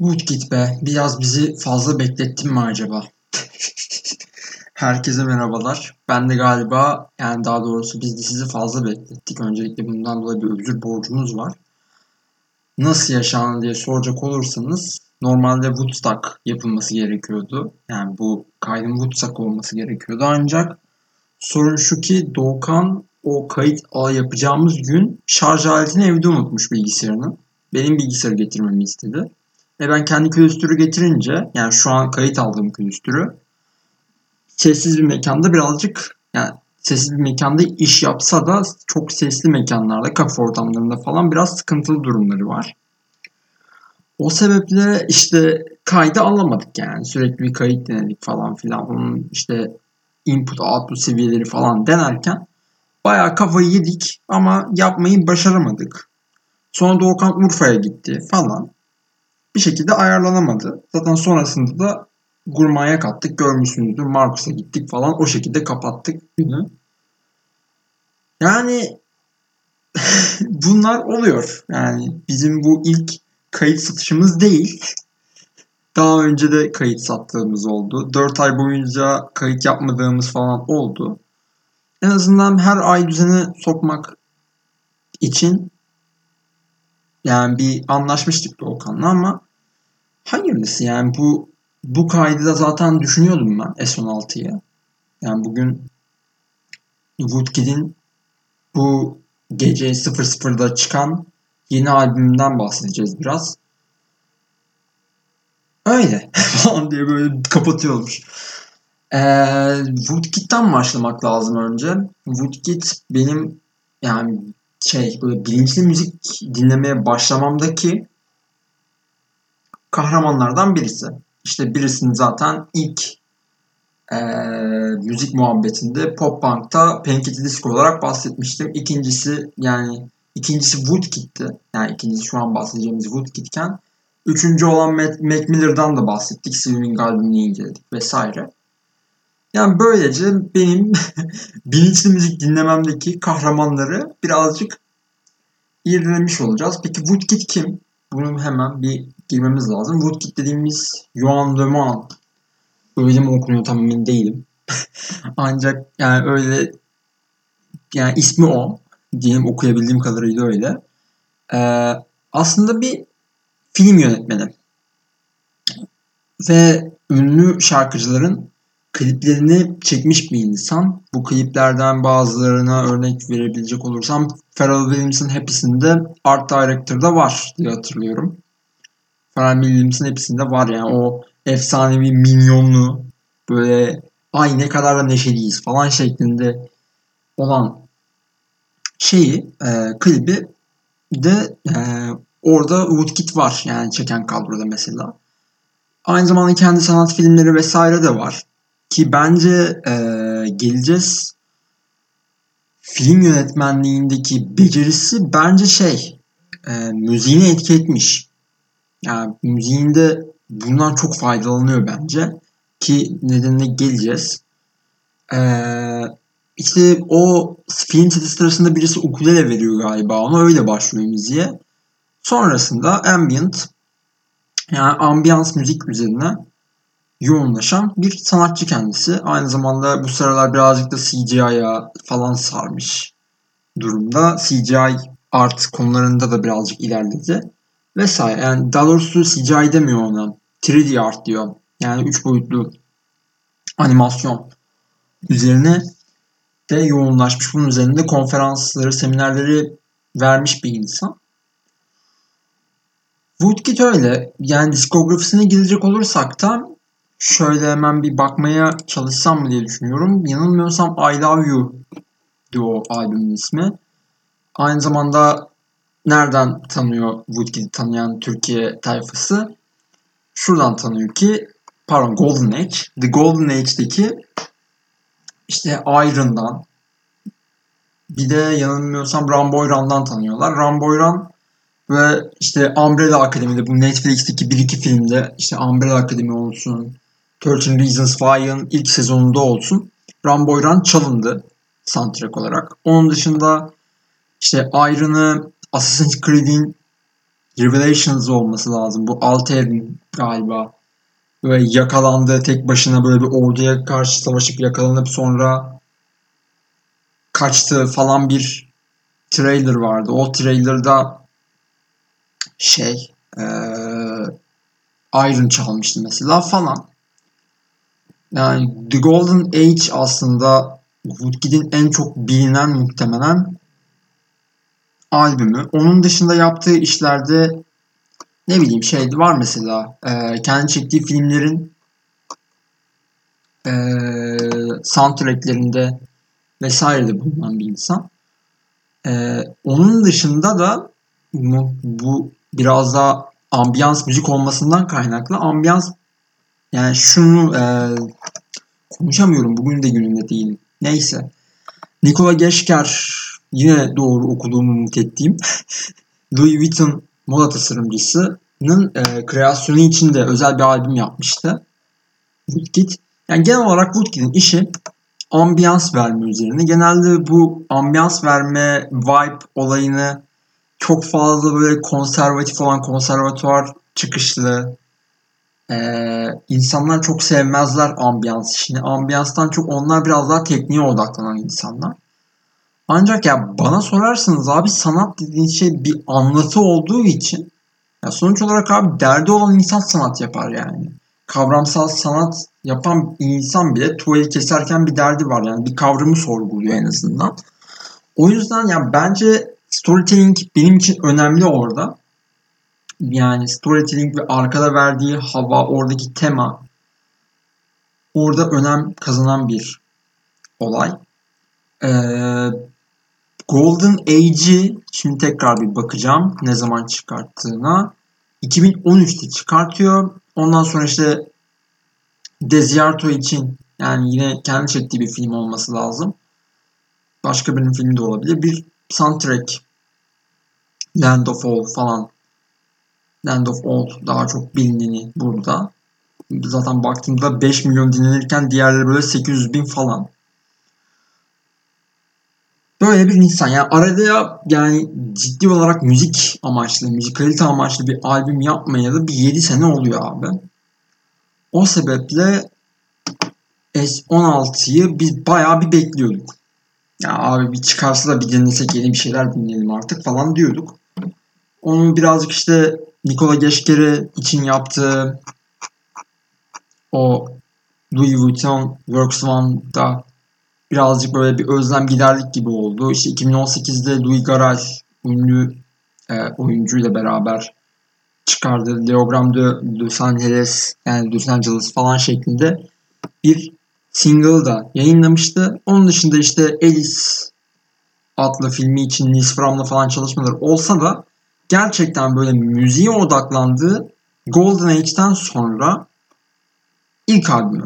Git be. Biraz bizi fazla beklettin mi acaba? Herkese merhabalar. Ben de galiba yani daha doğrusu biz de sizi fazla beklettik. Öncelikle bundan dolayı bir özür borcumuz var. Nasıl yaşandı diye soracak olursanız normalde Woodstock yapılması gerekiyordu. Yani bu kaydın Woodstock olması gerekiyordu. Ancak sorun şu ki Doğukan o kayıt yapacağımız gün şarj aletini evde unutmuş bilgisayarını. Benim bilgisayarı getirmemi istedi. Ben kendi külüstürü getirince yani şu an kayıt aldığım külüstürü sessiz bir mekanda birazcık yani sessiz bir mekanda iş yapsa da çok sesli mekanlarda, kafe ortamlarında falan biraz sıkıntılı durumları var. O sebeple işte kaydı alamadık yani. Sürekli bir kayıt denedik falan filan. Bunun işte input output seviyeleri falan denerken bayağı kafayı yedik ama yapmayı başaramadık. Sonra Doğukan Urfa'ya gitti falan. Bir şekilde ayarlanamadı. Zaten sonrasında da Gurma'ya kattık. Görmüşsünüzdür. Markus'a gittik falan. O şekilde kapattık günü. Yani bunlar oluyor. Yani bizim bu ilk kayıt satışımız değil. Daha önce de kayıt sattığımız oldu. 4 ay boyunca kayıt yapmadığımız falan oldu. En azından her ay düzene sokmak için yani bir anlaşmıştık Doğukan'la ama hayırlısı yani bu kaydı da zaten düşünüyordum ben S16'ya. Yani bugün Woodkid'in bu gece 00'da çıkan yeni albümünden bahsedeceğiz biraz. Öyle falan diye böyle kapatıyormuş. Woodkid'den başlamak lazım önce. Woodkid benim yani böyle bilinçli müzik dinlemeye başlamamdaki kahramanlardan birisi. İşte birisini zaten ilk e, müzik muhabbetinde pop punk'ta Painkiller Disco olarak bahsetmiştim. İkincisi Woodkid'ti. Yani ikincisi şu an bahsedeceğimiz Woodkid'ken üçüncü olan Mac Miller'dan da bahsettik. Swimming albümünü inceledik vesaire. Yani böylece benim bilinçli müzik dinlememdeki kahramanları birazcık irdelemiş olacağız. Peki Woodkid kim? Bunu hemen bir girmemiz lazım. Woodkid dediğimiz Joan Leman. Öyle mi okunuyor tam emin değilim. Ancak yani öyle yani ismi o. Diyelim okuyabildiğim kadarıyla öyle. Ee, aslında bir film yönetmeni. Ve ünlü şarkıcıların kliplerini çekmiş bir insan. Bu kliplerden bazılarına örnek verebilecek olursam Pharrell Williams'ın hepsinde Art Director'da var diye hatırlıyorum. Pharrell Williams'ın hepsinde var yani o efsanevi minyonlu böyle ay ne kadar da neşeliyiz falan şeklinde olan klibi de orada Woodkid var yani çeken kadroda mesela. Aynı zamanda kendi sanat filmleri vesaire de var. Ki bence geleceğiz film yönetmenliğindeki becerisi bence müziğine etki etmiş. Yani müziğinde bundan çok faydalanıyor bence. Ki nedenine geleceğiz. Ee, işte o film seti sırasında birisi ukulele veriyor galiba ona öyle başlıyor müziğe. Sonrasında ambient yani ambiyans müzik üzerine yoğunlaşan bir sanatçı kendisi. Aynı zamanda bu sıralar birazcık da CGI'ya falan sarmış durumda. CGI art konularında da birazcık ilerledi. Vesaire. Yani daha doğrusu CGI demiyor ona. 3D art diyor. Yani 3 boyutlu animasyon üzerine de yoğunlaşmış. Bunun üzerinde konferansları, seminerleri vermiş bir insan. Woodkid öyle. Yani diskografisine girecek olursak da şöyle hemen bir bakmaya çalışsam mı diye düşünüyorum. Yanılmıyorsam I Love You diyor o albümün ismi. Aynı zamanda nereden tanıyor Woodkid'i tanıyan Türkiye tayfası? Şuradan tanıyor ki Golden Age. The Golden Age'deki işte Iron'dan bir de yanılmıyorsam Ramboyran'dan tanıyorlar. Ramboyran ve işte Umbrella Akademi'de bu Netflix'teki bir iki filmde işte Umbrella Akademi olsun, 13 Reasons Why'ın ilk sezonunda olsun Ramboyran çalındı soundtrack olarak. Onun dışında işte Iron'ı Assassin's Creed'in Revelations olması lazım. Bu Alter'in galiba. Böyle yakalandı tek başına, böyle bir orduya karşı savaşıp yakalanıp sonra kaçtı falan bir trailer vardı. O trailer'da şey Iron çalmıştı mesela falan. Yani The Golden Age aslında Woodkid'in en çok bilinen muhtemelen albümü. Onun dışında yaptığı işlerde ne bileyim şey var mesela, kendi çektiği filmlerin soundtracklerinde vesaire de bulunan bir insan. Onun dışında da bu biraz daha ambiyans müzik olmasından kaynaklı ambiyans, yani şunu konuşamıyorum, bugün de gününde değilim. Neyse. Nikola Geschker, yine doğru okuduğumu umut ettiğim Louis Vuitton moda tasarımcısının kreasyonu için de özel bir albüm yapmıştı Woodkid. Yani genel olarak Woodkid'in işi ambiyans verme üzerine. Genelde bu ambiyans verme vibe olayını çok fazla böyle konservatif olan, konservatuvar çıkışlı insanlar çok sevmezler ambiyans işini. Ambiyanstan çok onlar biraz daha tekniğe odaklanan insanlar. Ancak ya bana sorarsanız abi, sanat dediğin şey bir anlatı olduğu için ya sonuç olarak abi derdi olan insan sanat yapar yani. Kavramsal sanat yapan insan bile tuvali keserken bir derdi var, yani bir kavramı sorguluyor en azından. O yüzden ya bence storytelling benim için önemli orada. Yani storytelling ve arkada verdiği hava, oradaki tema orada önem kazanan bir olay. Ee, Golden Age'i şimdi tekrar bir bakacağım ne zaman çıkarttığına. 2013'te çıkartıyor. Ondan sonra işte Desiarto için, yani yine kendi çektiği bir film olması lazım. Başka birinin filmi de olabilir. Bir soundtrack, Land of All falan. Land of All daha çok bilineni burada. Zaten baktığımda 5 milyon dinlenirken diğerleri böyle 800 bin falan. Böyle bir insan. Yani arada ya, yani ciddi olarak müzik amaçlı, müzikalite amaçlı bir albüm yapmayalı bir 7 sene oluyor abi. O sebeple S16'yı biz bayağı bir bekliyorduk. Ya abi bir çıkarsa da bir dinlesek, yeni bir şeyler dinleyelim artık falan diyorduk. Onu birazcık işte Nikola Geschker'e için yaptığı o Louis Vuitton Works One'da birazcık böyle bir özlem giderlik gibi oldu. İşte 2018'de Louis Garrel, ünlü oyuncuyla beraber çıkardığı Leogram de Los Angeles, yani Los Angeles falan şeklinde bir single da yayınlamıştı. Onun dışında işte Alice adlı filmi için Nils Fram'la falan çalışmaları olsa da gerçekten böyle müziğe odaklandığı Golden Age'den sonra ilk albümü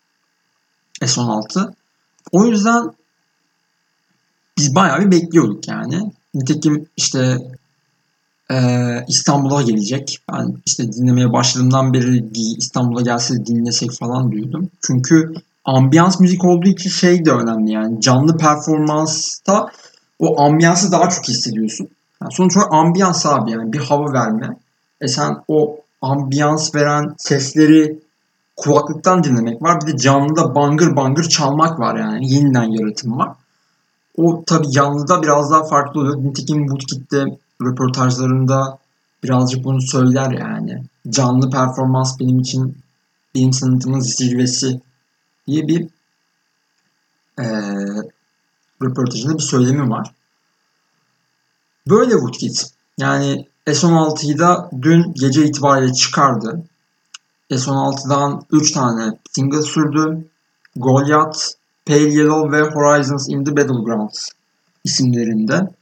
S16. O yüzden biz bayağı bir bekliyorduk yani. Nitekim işte İstanbul'a gelecek. Ben işte dinlemeye başladığımdan beri İstanbul'a gelse dinlesek falan diyordum. Çünkü ambiyans müzik olduğu için şey de önemli yani. Canlı performansta o ambiyansı daha çok hissediyorsun. Yani sonuç olarak ambiyans abi, yani bir hava verme. Sen o ambiyans veren sesleri kulaklıktan dinlemek var. Bir de canlıda bangır bangır çalmak var yani. Yeniden yaratım var. O tabii canlıda biraz daha farklı oluyor. Nitekim Woodkid'de röportajlarında birazcık bunu söyler yani. Canlı performans benim için benim sanatımın zirvesi diye bir eee röportajında bir söylemi var. Böyle Woodkid. Yani S16'yı da dün gece itibariyle çıkardı. S16'dan 3 tane single sürdü. Goliath, Pale Yellow ve Horizons in the Battlegrounds isimlerinde.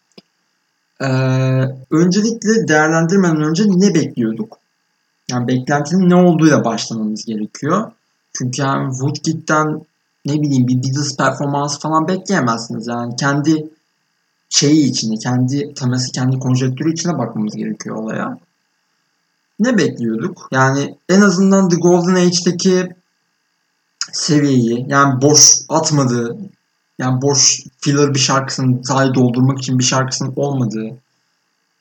Öncelikle değerlendirmeden önce ne bekliyorduk? Yani beklentinin ne olduğuyla başlamamız gerekiyor. Çünkü yani Woodkid'den ne bileyim bir Beatles performansı falan bekleyemezsiniz. Yani kendi şeyi içinde, kendi teması, kendi konjektürü içine bakmamız gerekiyor olaya. Ne bekliyorduk? Yani en azından The Golden Age'deki seviyeyi, yani boş atmadığı, yani boş filler bir şarkısını sadece doldurmak için bir şarkısının olmadığı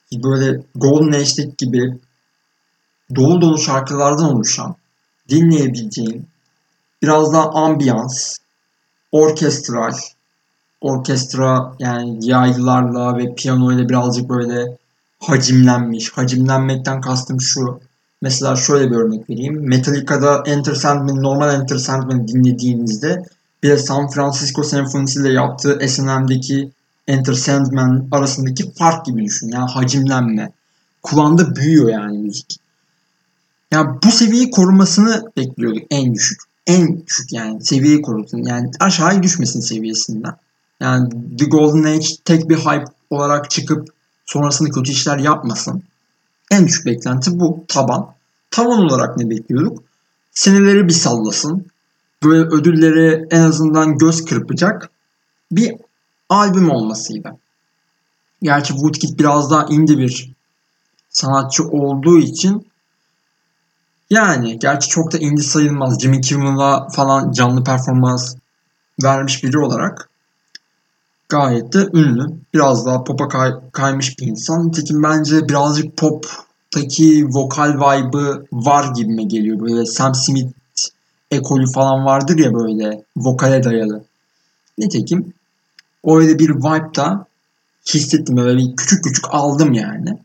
böyle Golden Age'deki gibi dolu dolu şarkılardan oluşan, dinleyebileceğin, biraz daha ambiyans, orkestral, orkestra yani yaylılarla ve piyano ile birazcık böyle hacimlenmiş. Hacimlenmekten kastım şu. Mesela şöyle bir örnek vereyim. Metallica'da Enter Sandman, normal Enter Sandman dinlediğinizde bir de San Francisco Senfonisi ile yaptığı S&M'deki Enter Sandman arasındaki fark gibi düşün. Yani hacimlenme. Kulağında büyüyor yani müzik. Yani bu seviyeyi korumasını bekliyorduk en düşük. En düşük yani seviyeyi korusun. Yani aşağıya düşmesin seviyesinden. Yani The Golden Age tek bir hype olarak çıkıp sonrasında kötü işler yapmasın. En düşük beklenti bu. Taban. Tavan olarak ne bekliyorduk? Seneleri bir sallasın. Böyle ödülleri en azından göz kırpacak bir albüm olmasıydı. Gerçi Woodkid biraz daha indie bir sanatçı olduğu için yani gerçi çok da indie sayılmaz. Jimmy Kimmel'la falan canlı performans vermiş biri olarak gayet de ünlü. Biraz daha pop'a kaymış bir insan. Nitekim bence birazcık pop'taki vokal vibe'ı var gibime geliyor. Böyle Sam Smith ekolü falan vardır ya böyle vokale dayalı. Nitekim öyle bir vibe da hissettim. Böyle bir küçük küçük aldım yani.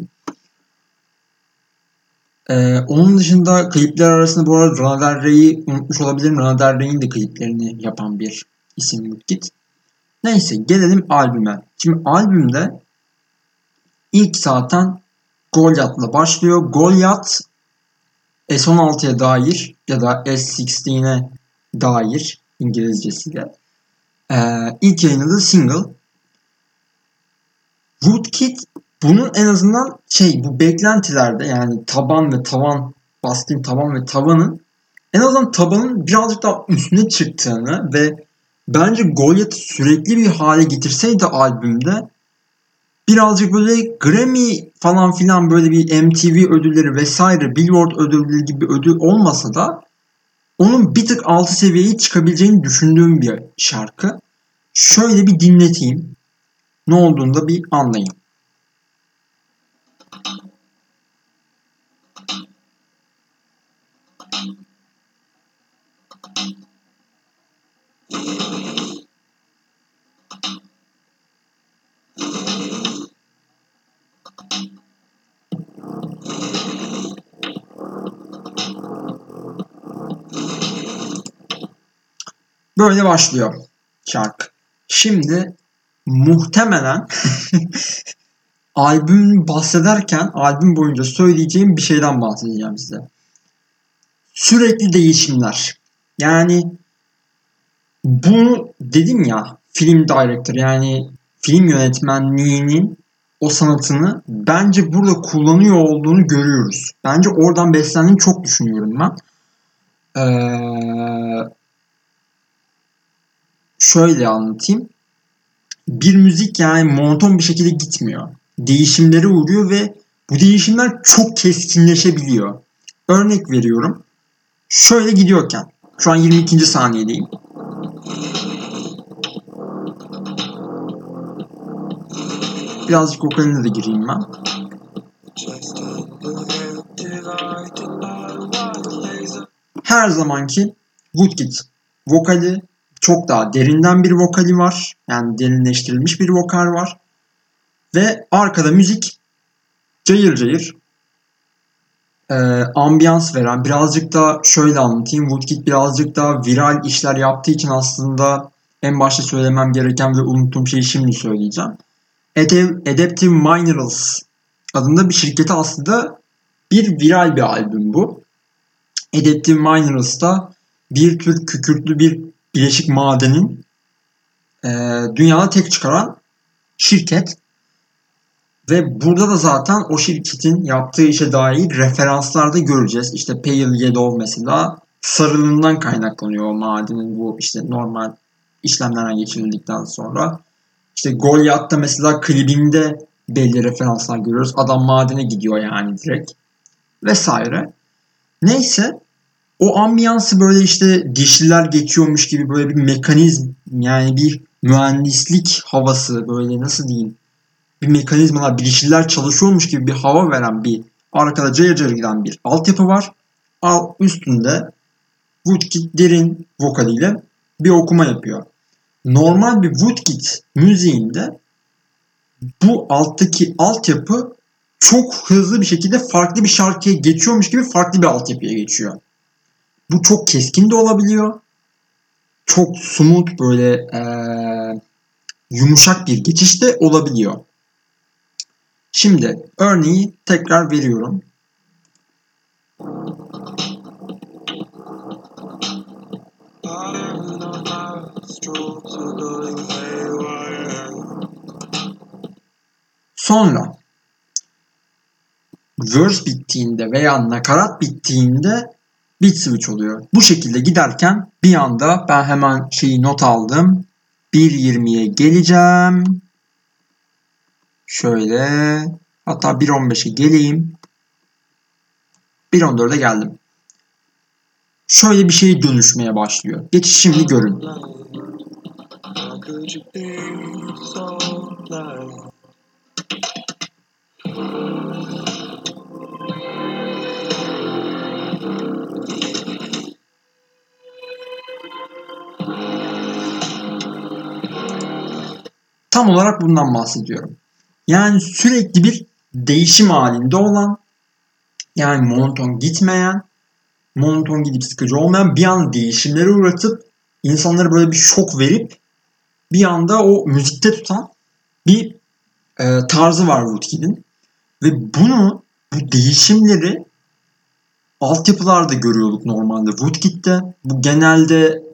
Onun dışında klipler arasında bu arada Lana Del Rey'i unutmuş olabilirim. Lana Del Rey'in de kliplerini yapan bir isim Woodkid. Neyse gelelim albüme. Şimdi albümde ilk zaten Goliath'la başlıyor. Goliath S16'ya dair ya da S16'e dair İngilizcesiyle ilk yayınladığı single. Woodkid bunun en azından bu beklentilerde yani taban ve tavan bastığın taban ve tavanın en azından tabanın birazcık daha üstüne çıktığını ve bence Goliath'ı sürekli bir hale getirseydi albümde birazcık böyle Grammy falan filan böyle bir MTV ödülleri vesaire Billboard ödülleri gibi ödül olmasa da onun bir tık altı seviyeye çıkabileceğini düşündüğüm bir şarkı. Şöyle bir dinleteyim. Ne olduğunu da bir anlayın. Böyle başlıyor şarkı. Şimdi muhtemelen albüm bahsederken albüm boyunca söyleyeceğim bir şeyden bahsedeceğim size. Sürekli değişimler. Yani bu dedim ya film director yani film yönetmenliğinin o sanatını bence burada kullanıyor olduğunu görüyoruz. Bence oradan beslendiğini çok düşünüyorum ben. Şöyle anlatayım. Bir müzik yani monoton bir şekilde gitmiyor. Değişimlere uğruyor ve bu değişimler çok keskinleşebiliyor. Örnek veriyorum. Şöyle gidiyorken, şu an 22. saniyedeyim. Birazcık vokaline de gireyim ben. Her zamanki Woodkid vokali çok daha derinden bir vokali var. Yani derinleştirilmiş bir vokal var. Ve arkada müzik cayır cayır ambiyans veren birazcık da şöyle anlatayım. Woodkid birazcık daha viral işler yaptığı için aslında en başta söylemem gereken ve unuttuğum şeyi şimdi söyleyeceğim. Adaptive Minerals adında bir şirketi aslında bir viral bir albüm bu. Adaptive Minerals'ta bir tür kükürtlü bir bileşik madenin dünyada tek çıkaran şirket. Ve burada da zaten o şirketin yaptığı işe dair referanslar da göreceğiz. İşte Pale Yellow mesela sarılığından kaynaklanıyor o madenin bu işte normal işlemlerden geçirildikten sonra. İşte Goliath'ta mesela klibinde belli referanslar görüyoruz. Adam madene gidiyor yani direkt. Vesaire. Neyse o ambiyansı böyle işte dişliler geçiyormuş gibi böyle bir mekanizm yani bir mühendislik havası böyle nasıl diyeyim bir mekanizmalar, bir şeyler çalışıyormuş gibi bir hava veren bir arkada cayır cayır giden bir altyapı var. Üstünde Woodkid derin vokaliyle bir okuma yapıyor. Normal bir Woodkid müziğinde bu alttaki altyapı çok hızlı bir şekilde farklı bir şarkıya geçiyormuş gibi farklı bir altyapıya geçiyor. Bu çok keskin de olabiliyor. Çok smooth böyle yumuşak bir geçiş de olabiliyor. Şimdi örneği tekrar veriyorum. Sonra verse bittiğinde veya nakarat bittiğinde beat switch oluyor. Bu şekilde giderken bir anda ben hemen not aldım. 1.20'ye geleceğim. Şöyle hatta 1.15'e geleyim. 1.14'e geldim. Şöyle bir şeye dönüşmeye başlıyor. Geçiş şimdi görün. Tam olarak bundan bahsediyorum. Yani sürekli bir değişim halinde olan, yani monoton gitmeyen, monoton gidip sıkıcı olmayan, bir anda değişimlere uğratıp insanlara böyle bir şok verip bir anda o müzikte tutan bir tarzı var Woodkid'in. Ve bu değişimleri altyapılarda görüyorduk normalde Woodkid'de. Bu genelde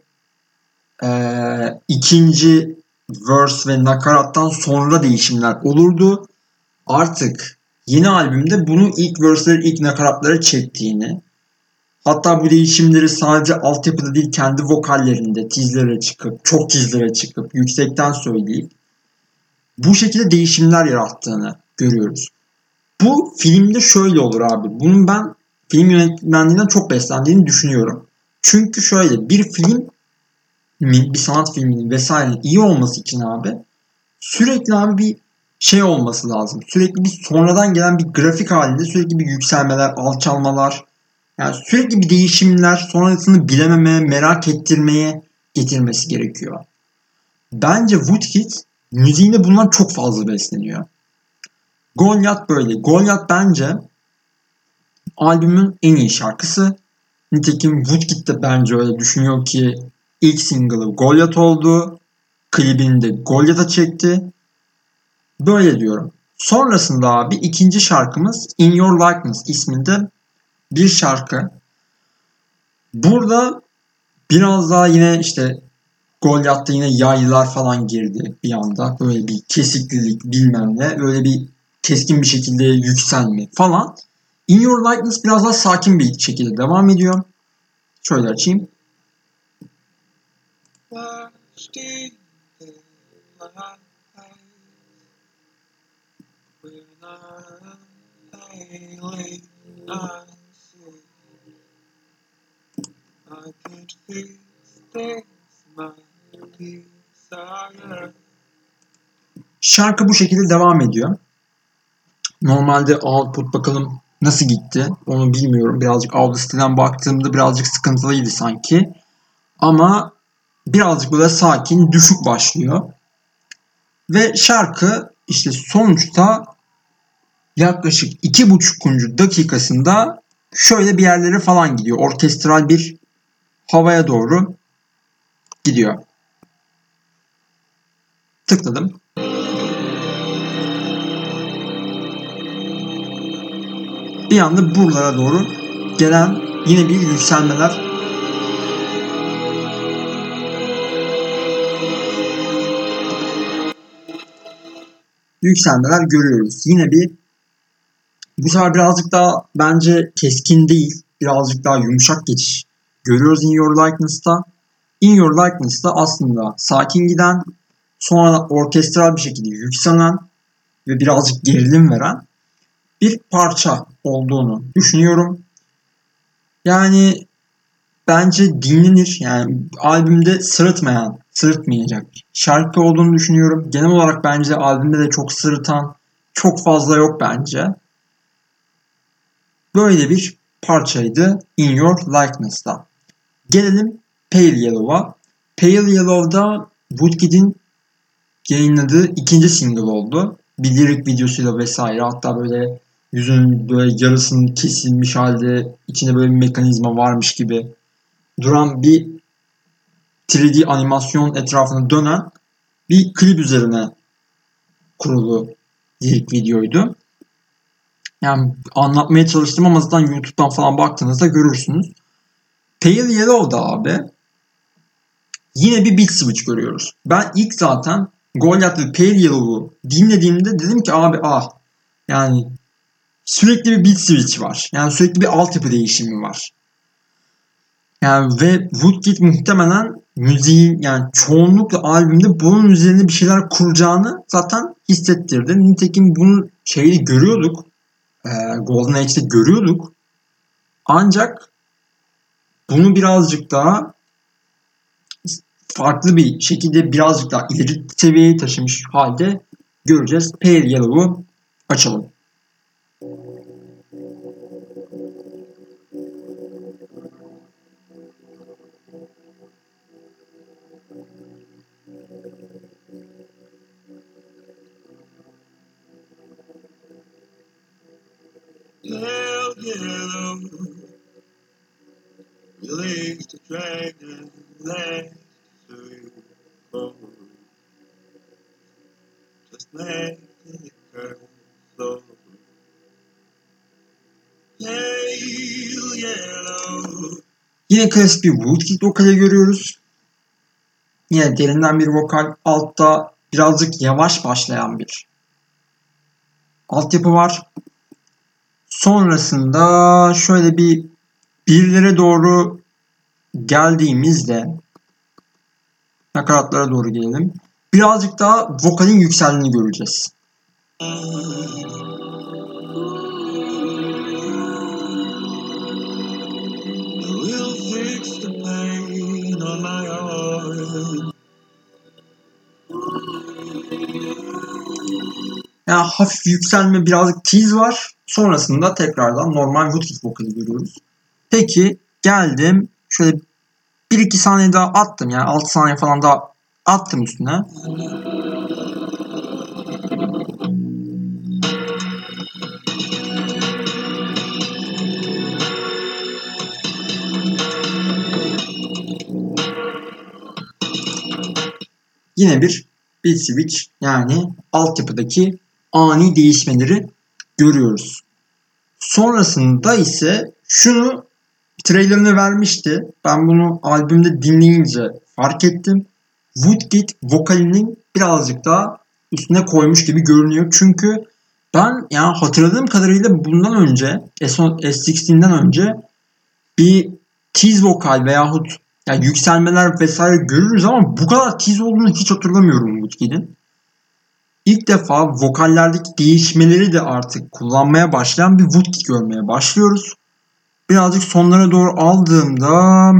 ikinci verse ve nakarattan sonra değişimler olurdu. Artık yeni albümde bunu ilk verse'leri, ilk nakaratlara çektiğini, hatta bu değişimleri sadece altyapıda değil kendi vokallerinde tizlere çıkıp, çok tizlere çıkıp, yüksekten söyleyip bu şekilde değişimler yarattığını görüyoruz. Bu filmde şöyle olur abi. Bunun ben film yönetmenliğinden çok beslendiğini düşünüyorum. Çünkü şöyle bir film, bir sanat filminin vesairenin iyi olması için abi sürekli abi bir şey olması lazım. Sürekli bir sonradan gelen bir grafik halinde sürekli bir yükselmeler, alçalmalar, yani sürekli bir değişimler, sonrasını bilememeye, merak ettirmeye getirmesi gerekiyor. Bence Woodkid müziğinde bundan çok fazla besleniyor. Goliath böyle. Goliath bence albümün en iyi şarkısı. Nitekim Woodkid de bence öyle düşünüyor ki ilk single'ı Goliath oldu. Klibini de Goliath'a çekti. Böyle diyorum. Sonrasında abi ikinci şarkımız In Your Likeness isminde bir şarkı. Burada biraz daha yine Goliath'ta yine yaylılar falan girdi bir anda. Böyle bir kesiklilik bilmem ne. Böyle bir keskin bir şekilde yükselme falan. In Your Likeness biraz daha sakin bir şekilde devam ediyor. Şöyle açayım. Şarkı bu şekilde devam ediyor. Normalde output bakalım nasıl gitti onu bilmiyorum. Birazcık Audacity'den baktığımda birazcık sıkıntılıydı sanki. Ama birazcık böyle sakin, düşük başlıyor. Ve şarkı sonuçta yaklaşık 2,5. dakikasında şöyle bir yerlere falan gidiyor. Orkestral bir havaya doğru gidiyor. Tıkladım. Bir anda buralara doğru gelen yine bir yükselmeler. Yükselmeler görüyoruz. Yine bu sefer birazcık daha bence keskin değil. Birazcık daha yumuşak geçiş görüyoruz In Your Likeness'ta. In Your Likeness'ta aslında sakin giden, sonra orkestral bir şekilde yükselen ve birazcık gerilim veren bir parça olduğunu düşünüyorum. Yani bence dinlenir. Yani albümde sırıtmayacak şarkı olduğunu düşünüyorum. Genel olarak bence albümde de çok sırıtan, çok fazla yok bence. Böyle bir parçaydı In Your Likeness'ta. Gelelim Pale Yellow'a. Pale Yellow'da Woodkid'in yayınladığı ikinci single oldu. Bir lirik videosuyla vesaire. Hatta böyle yüzünün böyle yarısının kesilmiş halde içinde böyle bir mekanizma varmış gibi duran bir 3D animasyon etrafında dönen bir klip üzerine kurulu lirik videoydu. Yani anlatmaya çalıştım ama zaten YouTube'dan falan baktığınızda görürsünüz. Pale Yellow'da abi yine bir beat switch görüyoruz. Ben ilk zaten Goliath ve Pale Yellow'u dinlediğimde dedim ki abi yani sürekli bir beat switch var. Yani sürekli bir altyapı değişimi var. Yani ve Woodkid muhtemelen müziğin yani çoğunlukla albümde bunun üzerine bir şeyler kuracağını zaten hissettirdi. Nitekim bunu görüyorduk. Golden Age'de görüyorduk. Ancak bunu birazcık daha farklı bir şekilde birazcık daha ileri seviyeye taşımış halde göreceğiz. Pale Yellow'u açalım. Pale yellow, release the dragon, let through cold. Just let the liquor flow. Pale yellow. Yine klasik bir Woodkid vokali görüyoruz. Yine derinden bir vokal. Altta birazcık yavaş başlayan bir altyapı var. Sonrasında şöyle bir birlere doğru geldiğimizde nakaratlara doğru gelelim. Birazcık daha vokalin yükseldiğini göreceğiz. Yani hafif yükselme, birazcık tease var. Sonrasında tekrardan normal Woodkid vokali görüyoruz. Peki geldim. Şöyle 1-2 saniye daha attım. Yani 6 saniye falan daha attım üstüne. Yine bir beat switch yani altyapıdaki ani değişmeleri görüyoruz. Sonrasında ise şunu trailerını vermişti. Ben bunu albümde dinleyince fark ettim. Woodkid vokalinin birazcık daha üstüne koymuş gibi görünüyor. Çünkü ben yani hatırladığım kadarıyla bundan önce S16'den önce bir tease vokal veyahut yani yükselmeler vesaire görürüz ama bu kadar tease olduğunu hiç hatırlamıyorum Woodkid'in. İlk defa vokallerdeki değişmeleri de artık kullanmaya başlayan bir Woodkid görmeye başlıyoruz. Birazcık sonlara doğru aldığımda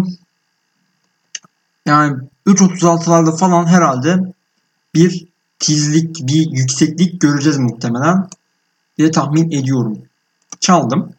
yani 3.36'larda falan herhalde bir tizlik, bir yükseklik göreceğiz muhtemelen diye tahmin ediyorum. Çaldım.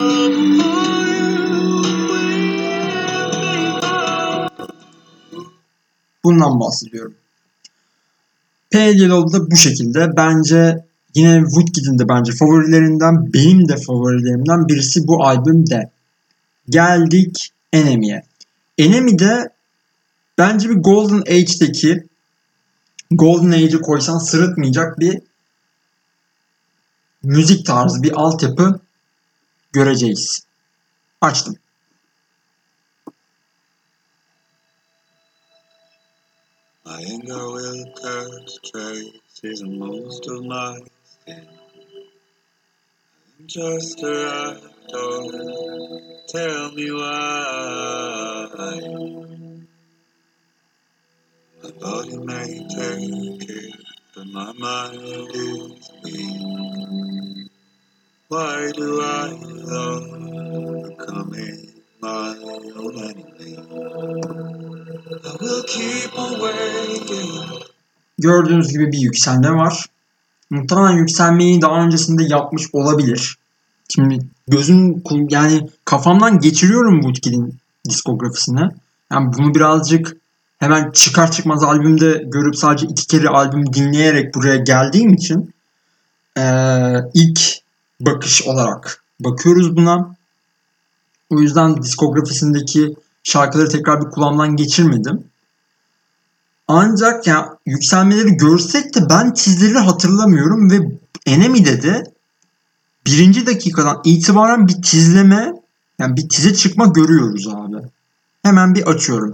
Bundan bahsediyorum. Pale Yellow da bu şekilde. Bence yine Woodkid'in de bence favorilerinden, benim de favorilerimden birisi bu albümde. Geldik Enemy'ye. Enemy'de bence bir Golden Age'deki Golden Age'i koysan sırıtmayacak bir müzik tarzı, bir altyapı göreceğiz. Açtım. My anger will cut traces in most of my skin. I'm just a raptor. Tell me why. My body may take it, but my mind is weak. Why do I love becoming my own enemy? I will keep on waiting. Gördüğünüz gibi bir yükselme var. muhtemelen yükselmeyi daha öncesinde yapmış olabilir. Şimdi yani kafamdan geçiriyorum Woodkid'in diskografisini. Yani bunu birazcık hemen çıkar çıkmaz albümde görüp sadece 2 kere albüm dinleyerek buraya geldiğim için ilk bakış olarak bakıyoruz buna. O yüzden diskografisindeki şarkıları tekrar bir kulağımdan geçirmedim. Ancak ya yükselmeleri görsek de ben tizleri hatırlamıyorum ve Enemy'de de birinci dakikadan itibaren bir tizleme, yani bir tize çıkma görüyoruz abi. Hemen bir açıyorum.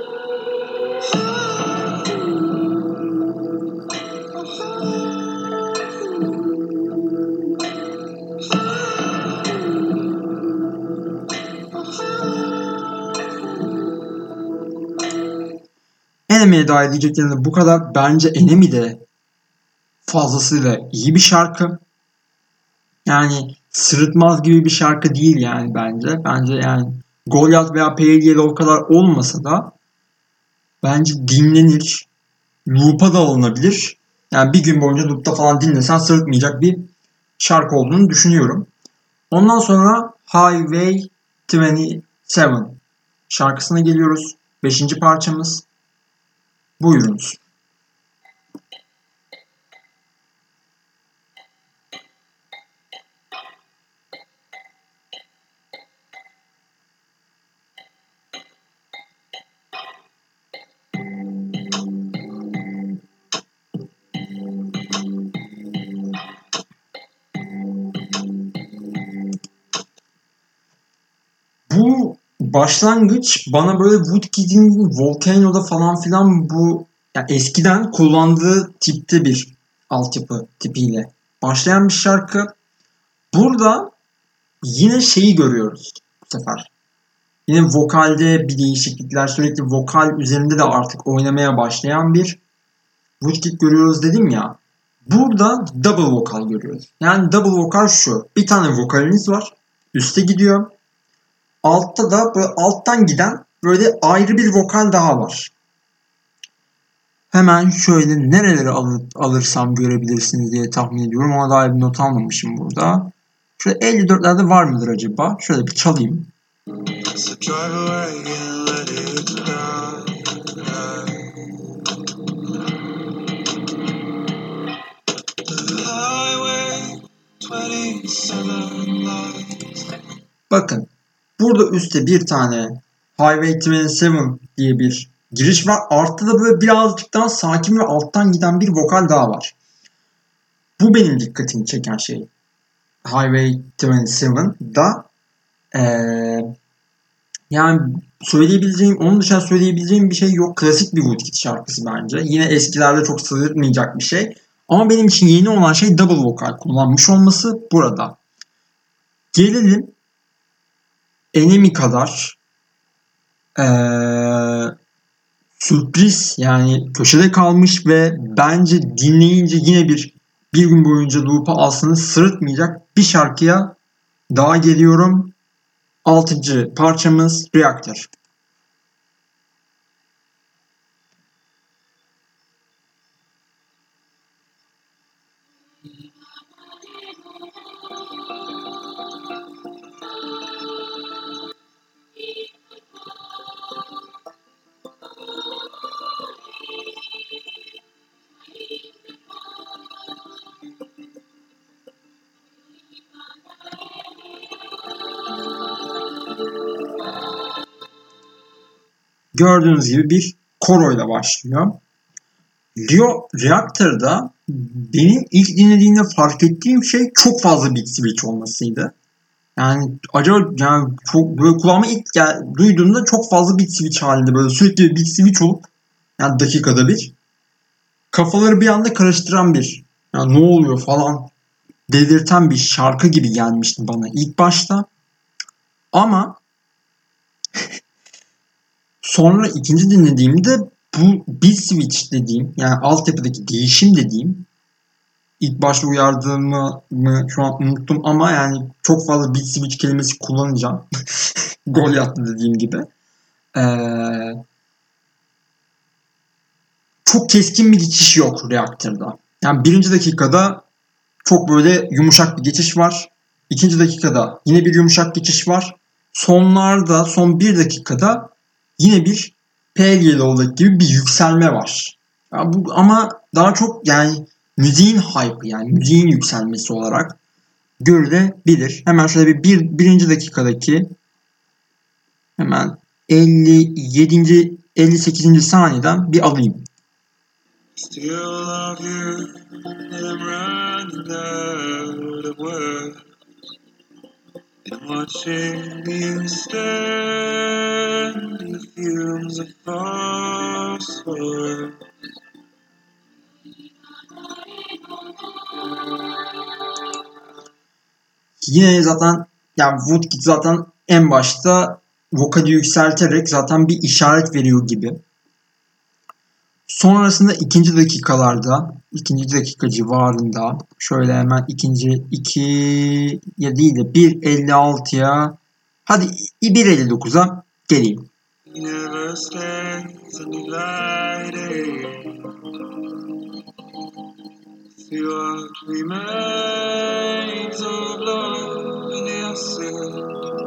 Enemy'ye dair diyeceklerim de bu kadar. Bence Enemy de fazlasıyla iyi bir şarkı. Yani sırıtmaz gibi bir şarkı değil yani bence. Bence yani Goliath veya Pale Yellow kadar olmasa da bence dinlenir. Loop'a da alınabilir. Yani bir gün boyunca loop'ta falan dinlesen sırıtmayacak bir şarkı olduğunu düşünüyorum. Ondan sonra Highway 27 şarkısına geliyoruz. 5. parçamız. Buyurunuz. Bu başlangıç bana böyle Woodkid'in Volcano'da falan filan bu yani eskiden kullandığı tipte bir altyapı tipiyle başlayan bir şarkı. Burada yine şeyi görüyoruz bu sefer. Yine vokalde bir değişiklikler, sürekli vokal üzerinde de artık oynamaya başlayan bir Woodkid görüyoruz dedim ya. Burada double vokal görüyoruz. Yani double vokal şu. Bir tane vokaliniz var. Üste gidiyor. Altta da böyle alttan giden böyle ayrı bir vokal daha var. Hemen şöyle nereleri alırsam görebilirsiniz diye tahmin ediyorum. Ona dair bir not almamışım burada. Şöyle 54'lerde var mıdır acaba? Şöyle bir çalayım. Bakın. Burada üstte bir tane Highway 27 diye bir giriş var. Altta da böyle birazcık daha sakin ve alttan giden bir vokal daha var. Bu benim dikkatimi çeken şey. Highway 27'da yani onun dışında söyleyebileceğim bir şey yok. Klasik bir Woodkid şarkısı bence. Yine eskilerde çok sığdırmayacak bir şey. Ama benim için yeni olan şey double vokal kullanmış olması burada. Gelelim Enemy kadar sürpriz, yani köşede kalmış ve bence dinleyince yine bir gün boyunca loop'a alsanız sırıtmayacak bir şarkıya daha geliyorum. 6. parçamız Reactor. Gördüğünüz gibi bir koroyla başlıyor. Reactor'da benim ilk dinlediğimde fark ettiğim şey çok fazla beat switch olmasıydı. Yani acaba yani çok böyle kulağıma ilk duyduğumda çok fazla beat switch halinde böyle sürekli beat switch olup yani dakikada bir kafaları bir anda karıştıran bir yani ne oluyor falan delirten bir şarkı gibi gelmişti bana ilk başta. Ama sonra ikinci dinlediğimde bu beat switch dediğim yani altyapıdaki değişim dediğim ilk başta uyardığımı şu an unuttum ama yani çok fazla beat switch kelimesi kullanacağım. Gol yattı dediğim gibi. Çok keskin bir geçiş yok Reactor'da. Yani birinci dakikada çok böyle yumuşak bir geçiş var. İkinci dakikada yine bir yumuşak geçiş var. Sonlarda son bir dakikada yine bir Pale Yellow'daki gibi bir yükselme var. Ya bu ama daha çok yani müziğin hype'ı, yani müziğin yükselmesi olarak görülebilir. Hemen şöyle birinci dakikadaki hemen 57. 58. saniyeden bir alayım. Still love you, and I'm running out of words. And watching you stand in fumes of phosphor. Yine zaten yani Woodkid zaten en başta vokali yükselterek zaten bir işaret veriyor gibi. Sonrasında ikinci dakika civarında şöyle hemen ikinci 2'ya değil de 1.56'ya, hadi 1.59'a geleyim. Never stays undivided. See what remains of love in yourself.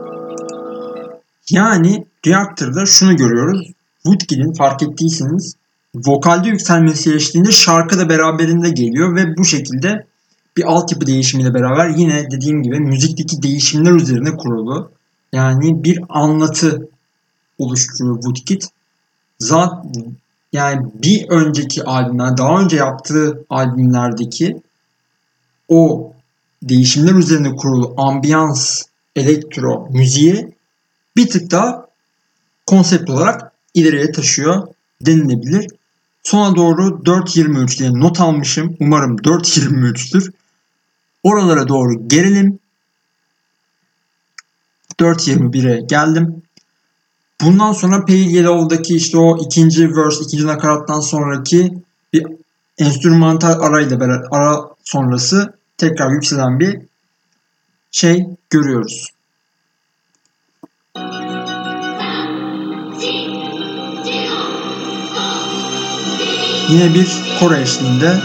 Yani Reactor'da şunu görüyoruz. Woodkid'in fark ettiyseniz vokalde yükselmesi eşliğinde şarkı da beraberinde geliyor ve bu şekilde bir altyapı değişimiyle beraber yine dediğim gibi müzikteki değişimler üzerine kurulu. Yani bir anlatı oluşturuyor Woodkid. Zaten yani bir önceki albümler, daha önce yaptığı albümlerdeki o değişimler üzerine kurulu ambiyans, elektro müziği bir tık daha konsept olarak ileriye taşıyor denilebilir. Sona doğru 4.23 diye not almışım. Umarım 4.23'tür. Oralara doğru gelelim. 4.21'e geldim. Bundan sonra Pale Yellow'daki işte o ikinci verse, ikinci nakarattan sonraki bir enstrümantal arayla beraber, ara sonrası tekrar yükselen bir şey görüyoruz. Yine bir koro eşliğinde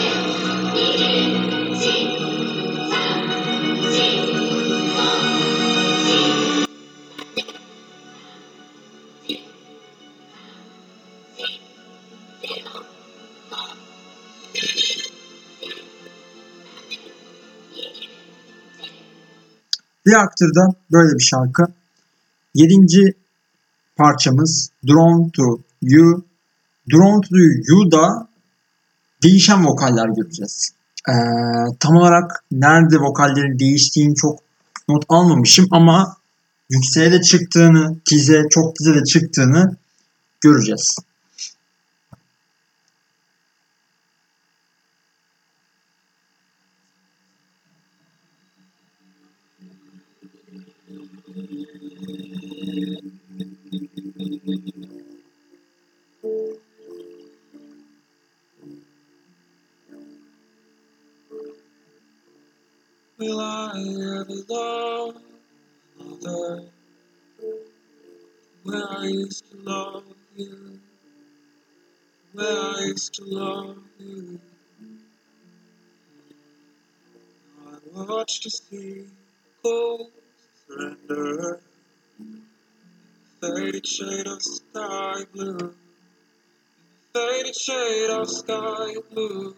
Reactor'da böyle bir şarkı. 7. parçamız Drawn to You. Drawn to You'da değişen vokaller göreceğiz. Tam olarak nerede vokallerin değiştiğini çok not almamışım ama yükseğe de çıktığını, çok tize de çıktığını göreceğiz. Will I ever love another? Where I used to love you, where I used to love you. I watched the sea cold surrender, faded shade of sky blue, faded shade of sky blue.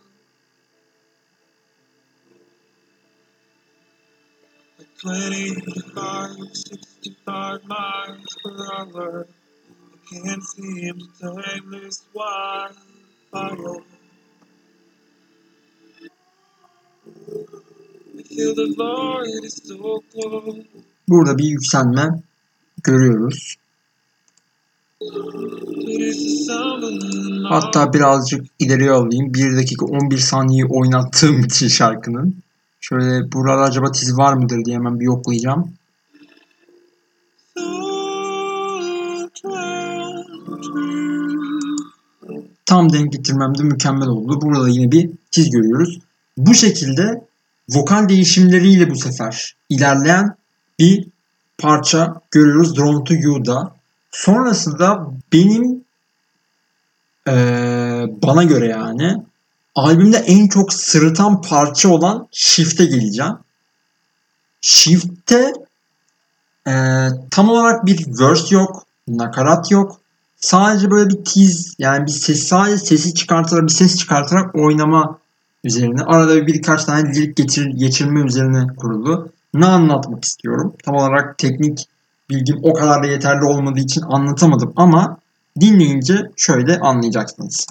At 25, 65 miles per hour, I can't seem to tame this wildfire. I feel the void is so close. Burada bir yükselme görüyoruz. Hatta birazcık ileriye alayım. 1 dakika 11 saniye oynattığım için şarkının. Şöyle burada acaba tiz var mıdır diye hemen bir yoklayacağım. Tam denk getirmem de mükemmel oldu. Burada yine bir tiz görüyoruz. Bu şekilde vokal değişimleriyle bu sefer ilerleyen bir parça görüyoruz Drawn to You'da. Sonrasında benim bana göre yani albümde en çok sırıtan parça olan Shift'e geleceğim. Shift'te tam olarak bir verse yok, nakarat yok. Sadece böyle bir tease, yani bir ses, sadece ses çıkartarak oynama üzerine, arada birkaç tane lirik geçirme üzerine kurulu. Ne anlatmak istiyorum? Tam olarak teknik bilgim o kadar da yeterli olmadığı için anlatamadım ama dinleyince şöyle anlayacaksınız.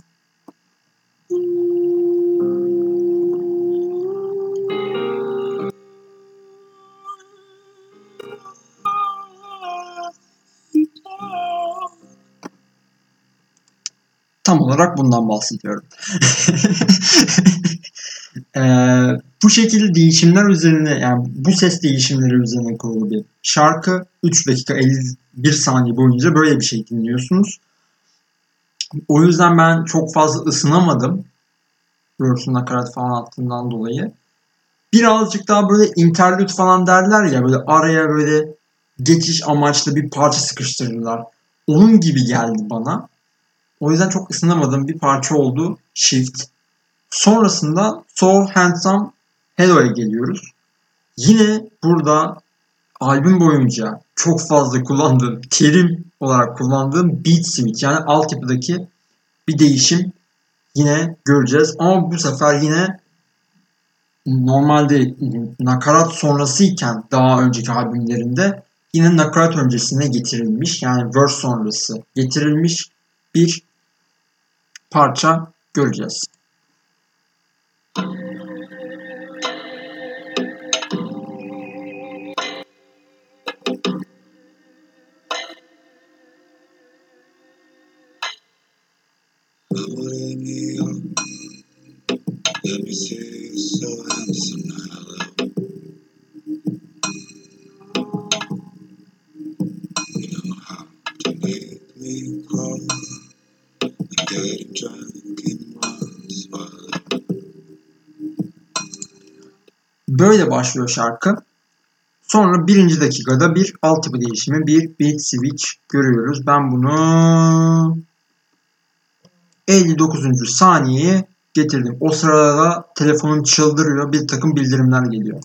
Tam olarak bundan bahsediyorum. Bu şekilde değişimler üzerine, yani bu ses değişimleri üzerine kurulu bir şarkı. 3 dakika 51 saniye boyunca böyle bir şey dinliyorsunuz. O yüzden ben çok fazla ısınamadım. Verse'ün nakarat falan attığından dolayı. Birazcık daha böyle interlude falan derler ya, böyle araya böyle geçiş amaçlı bir parça sıkıştırırlar. Onun gibi geldi bana. O yüzden çok ısınamadığım bir parça oldu Shift. Sonrasında So Handsome Hello'ya geliyoruz. Yine burada albüm boyunca çok fazla kullandığım, terim olarak kullandığım beat switch, yani altyapıdaki bir değişim yine göreceğiz. Ama bu sefer yine normalde nakarat sonrasıyken daha önceki albümlerinde yine nakarat öncesine getirilmiş, yani verse sonrası getirilmiş bir parça göreceğiz. Böyle başlıyor şarkı. Sonra birinci dakikada bir altyapı değişimi, bir beat switch görüyoruz. Ben bunu 59. saniyeye getirdim. O sırada da telefonum çıldırıyor. Bir takım bildirimler geliyor.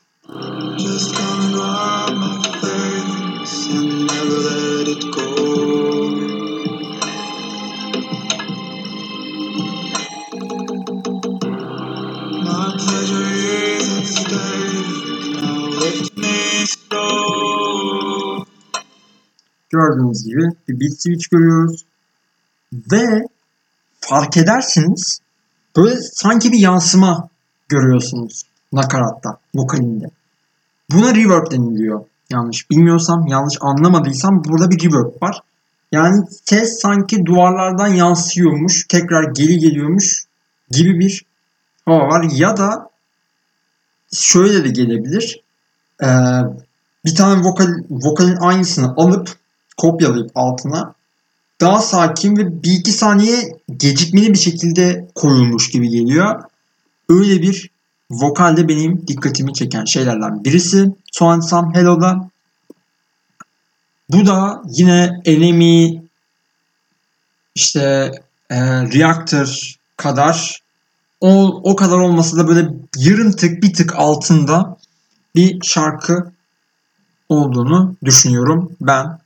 Gördüğünüz gibi bir beat switch görüyoruz. Ve fark edersiniz böyle sanki bir yansıma görüyorsunuz nakaratta, vokalinde. Buna reverb deniliyor. Yanlış bilmiyorsam, yanlış anlamadıysam burada bir reverb var. Yani ses sanki duvarlardan yansıyormuş, tekrar geri geliyormuş gibi bir hava var. Ya da şöyle de gelebilir. Ee, Bir tane vokalin aynısını alıp kopyalayıp altına daha sakin ve bir iki saniye gecikmeli bir şekilde koyulmuş gibi geliyor. Öyle bir vokalde benim dikkatimi çeken şeylerden birisi So Some Hello'da. Bu da yine Enemy, işte Reactor kadar, o kadar olmasa da böyle yarım tık bir tık altında bir şarkı olduğunu düşünüyorum ben.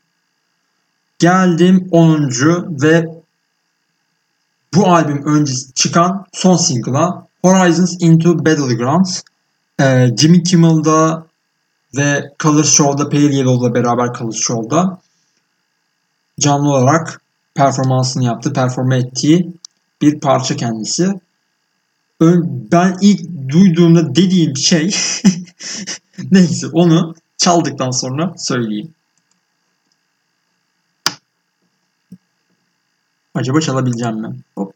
Geldim 10. ve bu albüm öncesi çıkan son single'a, Horizons Into Battlegrounds. Jimmy Kimmel'da ve Colors Show'da, Pale Yellow'la beraber Colors Show'da canlı olarak performansını yaptı, performe ettiği bir parça kendisi. Ben ilk duyduğumda dediğim şey neyse, onu çaldıktan sonra söyleyeyim. Acaba çalabileceğim mi? Hop.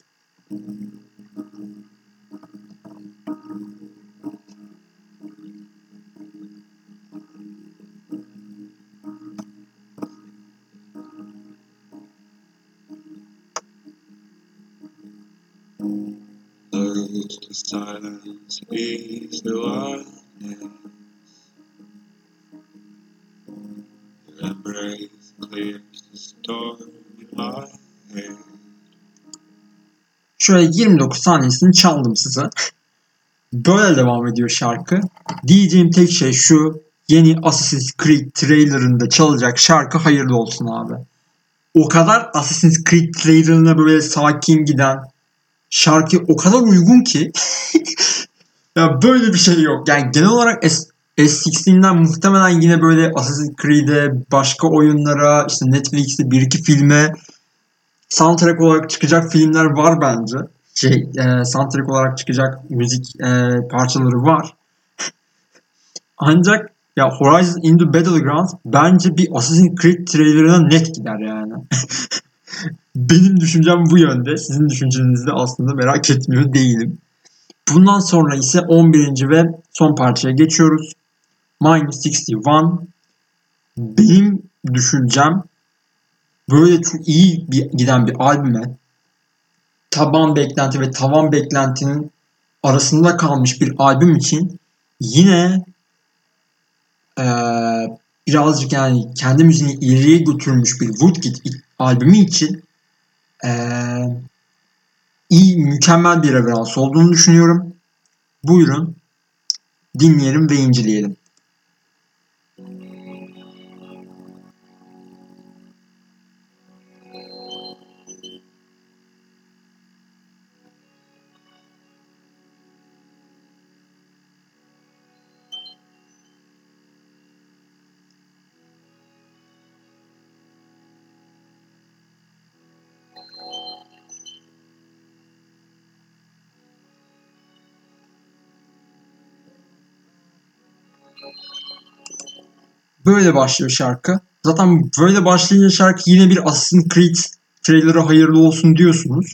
The silence is the wildness. Your embrace clears the storm in my head. Şöyle 29 saniyesini çaldım size. Böyle devam ediyor şarkı. Diyeceğim tek şey şu. Yeni Assassin's Creed trailerında çalacak şarkı hayırlı olsun abi. O kadar Assassin's Creed trailerına böyle sakin giden şarkı o kadar uygun ki ya böyle bir şey yok. Yani genel olarak S16'den muhtemelen yine böyle Assassin's Creed'e, başka oyunlara, işte Netflix'te bir iki filme soundtrack olarak çıkacak filmler var bence. Soundtrack olarak çıkacak müzik parçaları var. Ancak ya Horizon Into Battlegrounds bence bir Assassin's Creed trailerına net gider yani. Benim düşüncem bu yönde. Sizin düşüncenizi de aslında merak etmiyor değilim. Bundan sonra ise 11. ve son parçaya geçiyoruz. Minus 61. Benim düşüncem böyle çok iyi giden bir albüme taban beklenti ve tavan beklentinin arasında kalmış bir albüm için yine birazcık yani kendi müziğini ileriye götürmüş bir Woodkid albümü için iyi, mükemmel bir referans olduğunu düşünüyorum. Buyurun dinleyelim ve inceleyelim. Böyle başlıyor şarkı. Zaten böyle başlayınca şarkı yine bir Assassin's Creed trailer'a hayırlı olsun diyorsunuz.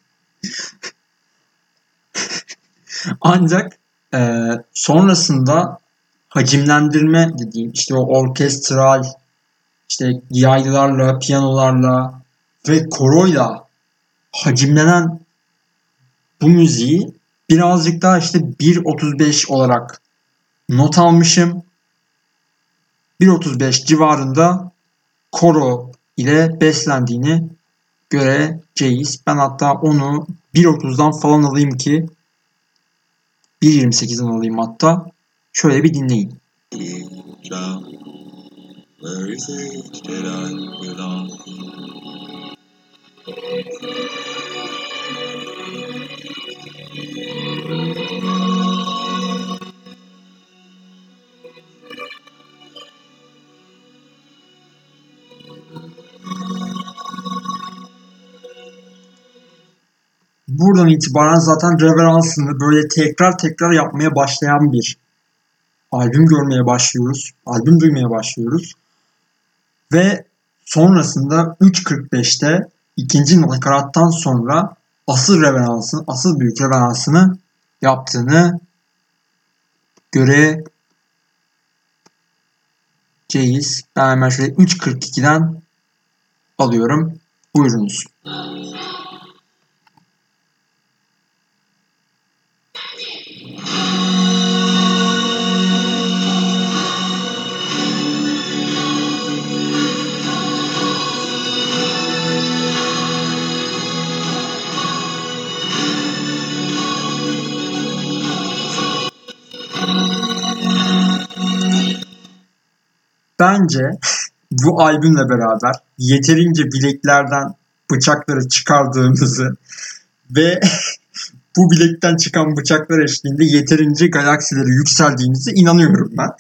Ancak sonrasında hacimlendirme dediğim işte o orkestral işte yaylılarla, piyanolarla ve koroyla hacimlenen bu müziği birazcık daha işte 1.35 olarak not almışım. 1.35 civarında koro ile beslendiğini göreceğiz. Ben hatta onu 1.30'dan falan alayım ki 1.28'den alayım hatta. Şöyle bir dinleyin. Buradan itibaren zaten reveransını böyle tekrar tekrar yapmaya başlayan bir albüm görmeye başlıyoruz. Albüm duymaya başlıyoruz. Ve sonrasında 3.45'te ikinci nakarattan sonra asıl reveransını, asıl büyük reveransını yaptığını göreceğiz. Ben hemen şöyle 3.42'den alıyorum. Buyurunuz. Bence bu albümle beraber yeterince bileklerden bıçakları çıkardığımızı ve bu bilekten çıkan bıçaklar eşliğinde yeterince galaksilere yükseldiğimize inanıyorum ben.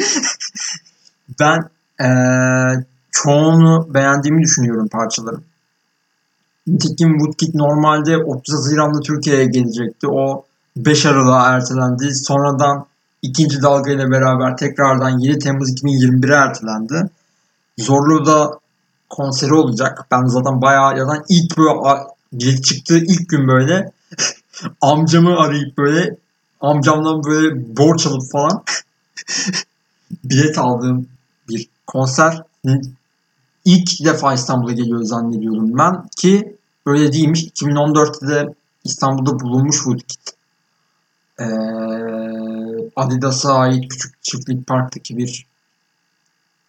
Ben çoğunu beğendiğimi düşünüyorum parçaların. Nitekim Woodkid normalde 30 Haziran'da Türkiye'ye gelecekti. O 5 Aralık'a ertelendi. Sonradan ikinci dalga ile beraber tekrardan 7 Temmuz 2021'e ertelendi. Zorlu'da konseri olacak. Ben zaten bayağı ya da ilk böyle bilet çıktığı ilk gün böyle amcamı arayıp böyle amcamdan böyle borç alıp falan bilet aldığım bir konser. İlk defa İstanbul'a geliyor zannediyordum ben ki öyle değilmiş. 2014'te de İstanbul'da bulunmuş Woodkid. Adidas'a ait Küçük Çiftlik Park'taki bir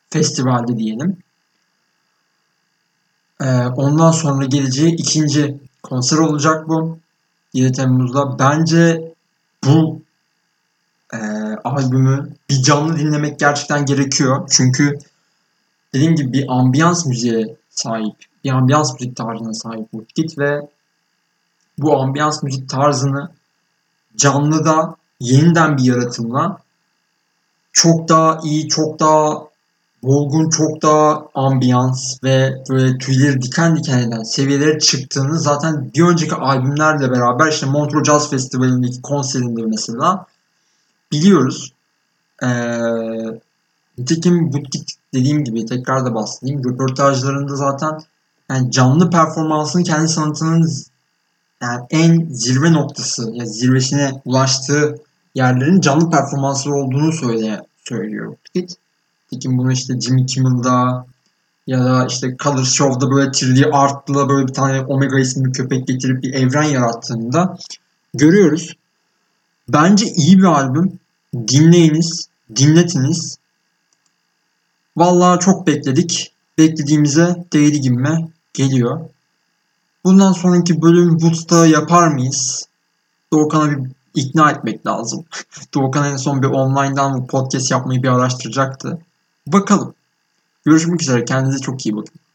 festivalde diyelim. Ondan sonra geleceği ikinci konser olacak bu. 7 Temmuz'da. Bence bu albümü bir canlı dinlemek gerçekten gerekiyor. Çünkü dediğim gibi bir ambiyans müziğe sahip. Bir ambiyans müzik tarzına sahip Woodkid ve bu ambiyans müzik tarzını canlıda yeniden bir yaratımla çok daha iyi, çok daha olgun, çok daha ambiyans ve böyle tüyleri diken diken eden seviyelere çıktığını zaten bir önceki albümlerle beraber işte Montreux Jazz Festivali'ndeki konserinde mesela biliyoruz. Nitekim Woodkid dediğim gibi tekrar da bahsedeyim. Röportajlarında zaten yani canlı performansının kendi sanatının yani en zirve noktası, yani zirvesine ulaştığı yerlerin canlı performansları olduğunu söylüyor Woodkid. Nitekim bunu işte Jimmy Kimmel'da ya da işte Color Show'da böyle 3D Art'la böyle bir tane Omega isimli bir köpek getirip bir evren yarattığında görüyoruz. Bence iyi bir albüm. Dinleyiniz, dinletiniz. Vallahi çok bekledik. Beklediğimize değdi gibime geliyor. Bundan sonraki bölüm Woodstock'ı yapar mıyız? Doğukan'a bir ikna etmek lazım. Doğukan en son bir online'dan podcast yapmayı bir araştıracaktı. Bakalım. Görüşmek üzere. Kendinize çok iyi bakın.